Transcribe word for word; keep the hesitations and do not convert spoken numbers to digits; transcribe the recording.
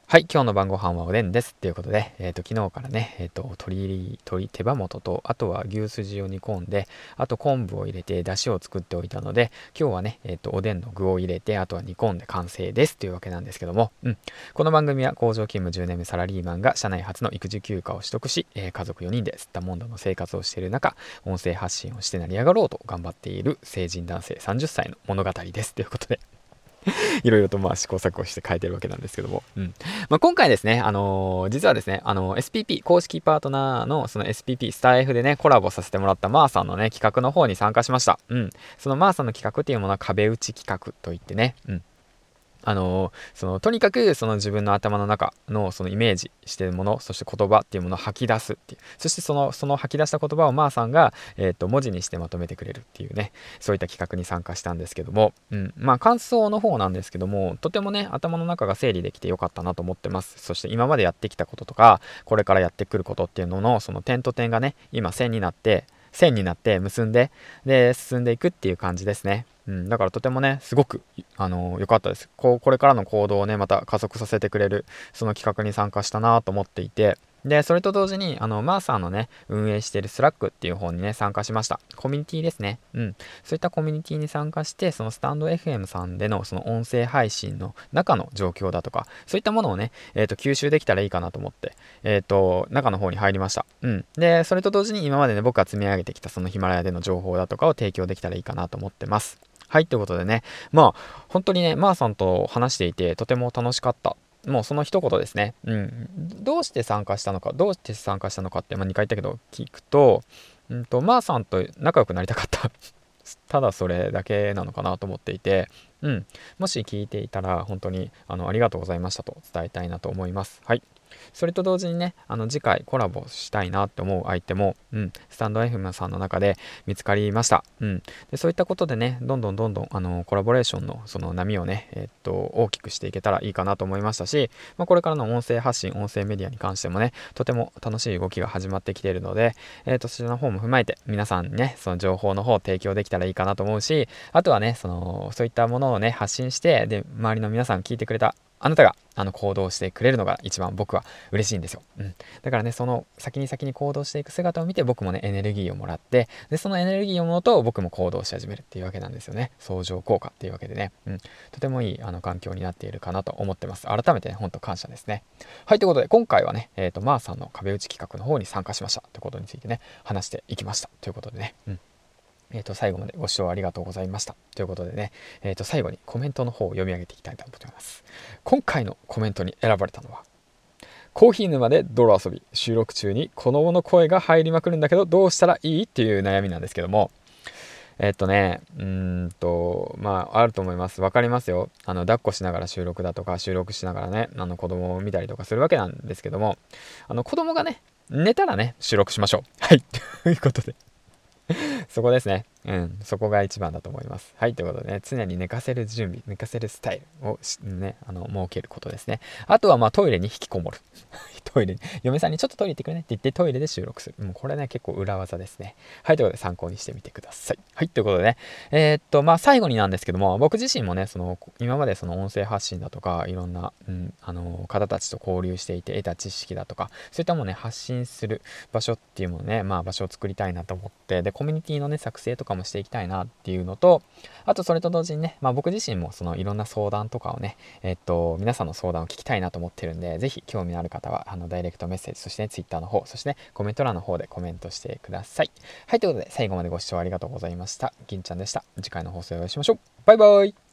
はい、今日の晩ご飯はおでんです。ということで、えっと、昨日からね、えっと、鶏、鶏手羽元と、あとは牛すじを煮込んで、あと昆布を入れて、出汁を作っておいたので、今日はね、えっと、おでんの具を入れて、あとは煮込んで完成です。というわけなんですけども、うん。この番組は工場勤務じゅうねんめサラリーマンが社内初の育児休暇を取得し、えー家族よにんで吸ったもんだの生活をしている中、音声発信をして成り上がろうと頑張っている成人男性さんじゅっさいの物語です。ということで、いろいろとまあ試行錯誤して書いてるわけなんですけども、うん。まあ、今回ですね、あのー実はですね、あのー エスピーピー 公式パートナーのその エスピーピー スター F でね、コラボさせてもらったマーさんのね、企画の方に参加しました。うん。そのマーさんの企画っていうものは壁打ち企画といってね、うん。あのーそのとにかくその自分の頭の中のそのイメージしているもの、そして言葉っていうものを吐き出すっていう、そしてそのその吐き出した言葉をまーさんが、えー、と文字にしてまとめてくれるっていうね、そういった企画に参加したんですけども、うん、まあ感想の方なんですけども、とてもね頭の中が整理できてよかったなと思ってます。そして今までやってきたこととか、これからやってくることっていうののその点と点がね、今線になって線になって結んで、で進んでいくっていう感じですね。うん、だからとてもねすごくあの良かったです。こうこれからの行動をねまた加速させてくれるその企画に参加したなと思っていて、でそれと同時にあのマーさんのね運営しているスラックっていう方にね参加しました。コミュニティですね。うん、そういったコミュニティに参加して、そのスタンド エフエム さんでのその音声配信の中の状況だとか、そういったものをね、えー、と吸収できたらいいかなと思って、えっ、と中の方に入りました。うん、でそれと同時に今までね僕が積み上げてきたそのヒマラヤでの情報だとかを提供できたらいいかなと思ってます。はい、ということでね、まあ、本当にね、まーさんと話していて、とても楽しかった。もうその一言ですね。うん。どうして参加したのか、どうして参加したのかって、まあ、にかい言ったけど、聞くと、うんと、まーさんと仲良くなりたかった。ただそれだけなのかなと思っていて、うん。もし聞いていたら、本当に、あの、ありがとうございましたと伝えたいなと思います。はい。それと同時にね、あの次回コラボしたいなって思う相手も、うん、スタンド エフエム さんの中で見つかりました。うん、でそういったことでね、どんどんどんどんあのコラボレーションのその波をね、えっと大きくしていけたらいいかなと思いましたし、まあ、これからの音声発信、音声メディアに関してもね、とても楽しい動きが始まってきているので、えっとそちらの方も踏まえて皆さんにね、その情報の方を提供できたらいいかなと思うし、あとはね、そのそういったものをね発信して、で周りの皆さん聞いてくれたあなたがあの行動してくれるのが一番僕は嬉しいんですよ。うん。だからね、その先に先に行動していく姿を見て僕もね、エネルギーをもらって、で、そのエネルギーをものと僕も行動し始めるっていうわけなんですよね。相乗効果っていうわけでね。うん。とてもいいあの環境になっているかなと思ってます。改めてね、ほんと感謝ですね。はい、ということで今回はね、えっ、と、まーさんの壁打ち企画の方に参加しましたということについてね、話していきました。ということでね。うん。えっ、と、最後までご視聴ありがとうございました。ということでね、えっ、と、最後にコメントの方を読み上げていきたいと思います。今回のコメントに選ばれたのは、コーヒー沼で泥遊び、収録中に子供の声が入りまくるんだけど、どうしたらいいっていう悩みなんですけども、えっとね、うーんと、まあ、あると思います。わかりますよ。あの、抱っこしながら収録だとか、収録しながらね、あの、子供を見たりとかするわけなんですけども、あの、子供がね、寝たらね、収録しましょう。はい。ということでそこですね。うん、そこが一番だと思います。はい、ということでね、常に寝かせる準備、寝かせるスタイルをね、あの、設けることですね。あとは、まあ、トイレに引きこもる。トイレに、嫁さんにちょっとトイレ行ってくれねって言ってトイレで収録する。もうこれね、結構裏技ですね。はい、ということで参考にしてみてください。はい、ということでね、えーっと、まあ、最後になんですけども、僕自身もね、その、今までその音声発信だとか、いろんな、うん、あの、方たちと交流していて得た知識だとか、そういったものをね、発信する場所っていうものね、まあ、場所を作りたいなと思って、で、コミュニティのね、作成とかもしていきたいなっていうのと、あとそれと同時にね、まあ僕自身もそのいろんな相談とかをね、えっと、皆さんの相談を聞きたいなと思ってるんで、ぜひ興味のある方は、あの、ダイレクトメッセージ、そしてね、ツイッターの方、そしてね、コメント欄の方でコメントしてください。はい、ということで、最後までご視聴ありがとうございました。銀ちゃんでした。次回の放送でお会いしましょう。バイバイ。